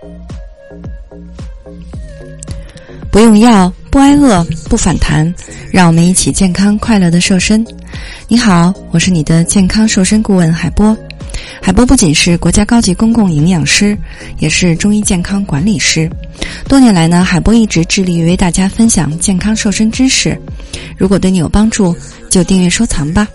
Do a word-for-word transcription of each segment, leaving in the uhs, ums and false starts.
不用药，不挨饿，不反弹，让我们一起健康快乐的瘦身。你好，我是你的健康瘦身顾问海波。海波不仅是国家高级公共营养师，也是中医健康管理师。多年来呢，海波一直致力于为大家分享健康瘦身知识。如果对你有帮助，就订阅收藏吧。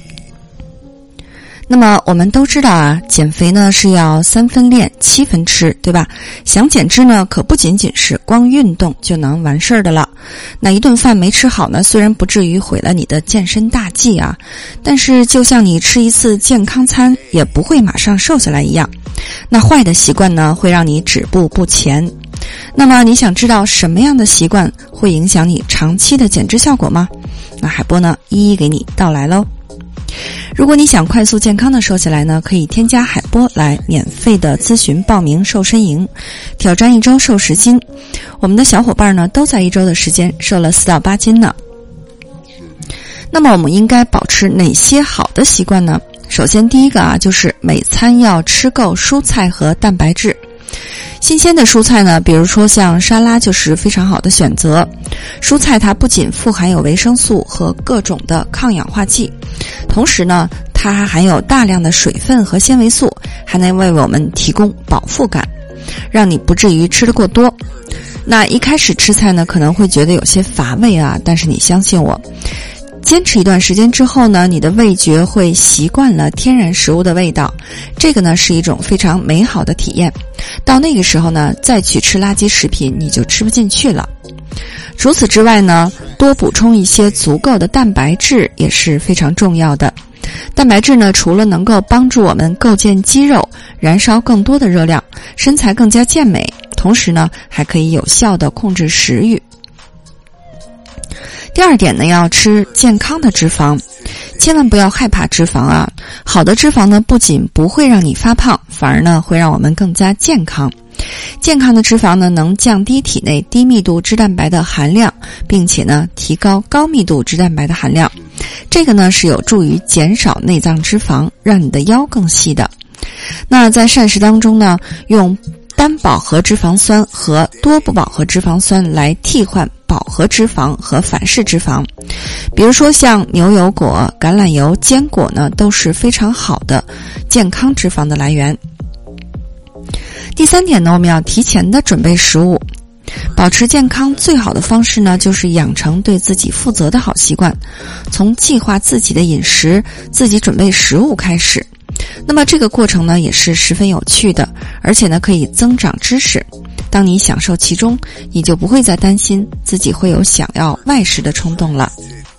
那么我们都知道啊，减肥呢是要三分练七分吃，对吧？想减脂呢，可不仅仅是光运动就能完事儿的了。那一顿饭没吃好呢，虽然不至于毁了你的健身大计啊，但是就像你吃一次健康餐也不会马上瘦下来一样。那坏的习惯呢，会让你止步不前。那么你想知道什么样的习惯会影响你长期的减脂效果吗？那海波呢，一一给你道来喽。如果你想快速健康的瘦下来呢，可以添加海波来免费的咨询报名瘦身营，挑战一周瘦十斤。我们的小伙伴呢，都在一周的时间瘦了四到八斤呢。那么我们应该保持哪些好的习惯呢？首先第一个啊，就是每餐要吃够蔬菜和蛋白质。新鲜的蔬菜呢，比如说像沙拉就是非常好的选择。蔬菜它不仅富含有维生素和各种的抗氧化剂，同时呢，它还含有大量的水分和纤维素，还能为我们提供饱腹感，让你不至于吃得过多。那一开始吃菜呢，可能会觉得有些乏味啊，但是你相信我，坚持一段时间之后呢，你的味觉会习惯了天然食物的味道，这个呢是一种非常美好的体验。到那个时候呢，再去吃垃圾食品，你就吃不进去了。除此之外呢，多补充一些足够的蛋白质也是非常重要的。蛋白质呢，除了能够帮助我们构建肌肉，燃烧更多的热量，身材更加健美，同时呢，还可以有效地控制食欲。第二点呢，要吃健康的脂肪，千万不要害怕脂肪啊！好的脂肪呢，不仅不会让你发胖，反而呢，会让我们更加健康。健康的脂肪呢，能降低体内低密度脂蛋白的含量，并且呢，提高高密度脂蛋白的含量。这个呢，是有助于减少内脏脂肪，让你的腰更细的。那在膳食当中呢，用单饱和脂肪酸和多不饱和脂肪酸来替换饱和脂肪和反式脂肪，比如说像牛油果、橄榄油、坚果呢，都是非常好的健康脂肪的来源。第三点呢，我们要提前的准备食物。保持健康最好的方式呢，就是养成对自己负责的好习惯，从计划自己的饮食、自己准备食物开始。那么这个过程呢，也是十分有趣的，而且呢，可以增长知识。当你享受其中，你就不会再担心自己会有想要外食的冲动了。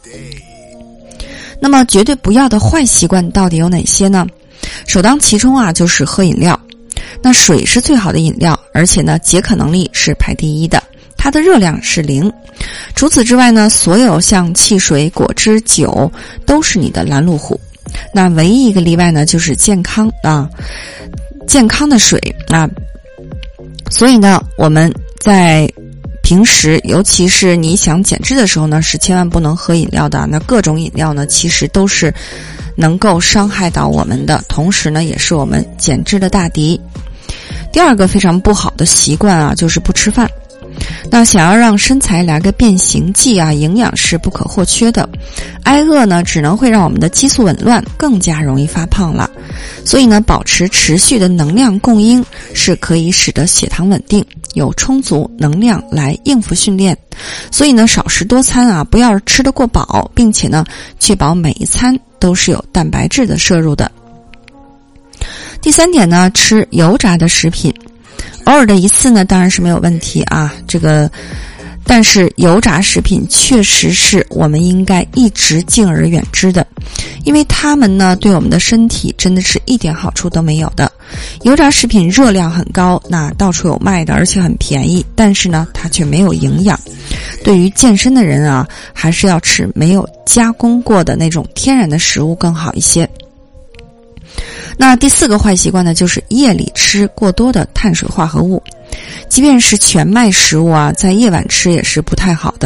那么绝对不要的坏习惯到底有哪些呢？首当其冲啊，就是喝饮料。那水是最好的饮料，而且呢，解渴能力是排第一的，它的热量是零。除此之外呢，所有像汽水、果汁、酒都是你的拦路虎。那唯一一个例外呢，就是健康啊，健康的水啊。所以呢，我们在平时，尤其是你想减脂的时候呢，是千万不能喝饮料的。那各种饮料呢，其实都是能够伤害到我们的，同时呢，也是我们减脂的大敌。第二个非常不好的习惯啊，就是不吃饭。那想要让身材来个变形计啊，营养是不可或缺的。挨饿呢，只能会让我们的激素紊乱，更加容易发胖了。所以呢，保持持续的能量供应是可以使得血糖稳定，有充足能量来应付训练。所以呢，少食多餐啊，不要吃得过饱，并且呢，确保每一餐都是有蛋白质的摄入的。第三点呢，吃油炸的食品。偶尔的一次呢，当然是没有问题啊，这个但是油炸食品确实是我们应该一直敬而远之的，因为它们呢对我们的身体真的是一点好处都没有的。油炸食品热量很高，那到处有卖的，而且很便宜，但是呢它却没有营养。对于健身的人啊，还是要吃没有加工过的那种天然的食物更好一些。那第四个坏习惯呢，就是夜里吃过多的碳水化合物。即便是全麦食物啊，在夜晚吃也是不太好的。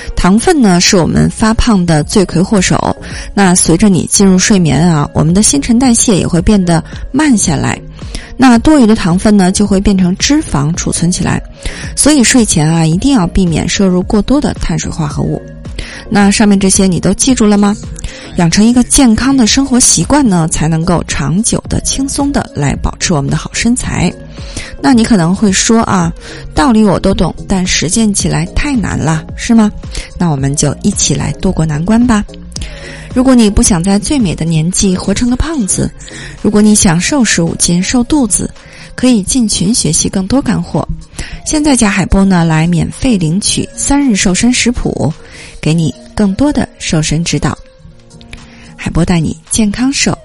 糖分呢是我们发胖的罪魁祸首。那随着你进入睡眠啊，我们的新陈代谢也会变得慢下来。那多余的糖分呢就会变成脂肪储存起来。所以睡前啊一定要避免摄入过多的碳水化合物。那上面这些你都记住了吗？养成一个健康的生活习惯呢，才能够长久的、轻松的来保持我们的好身材。那你可能会说啊，道理我都懂，但实践起来太难了，是吗？那我们就一起来渡过难关吧。如果你不想在最美的年纪活成个胖子，如果你想瘦十五斤、瘦肚子，可以进群学习更多干货。现在加海波呢，来免费领取三日瘦身食谱，给你更多的瘦身指导。海波带你健康瘦。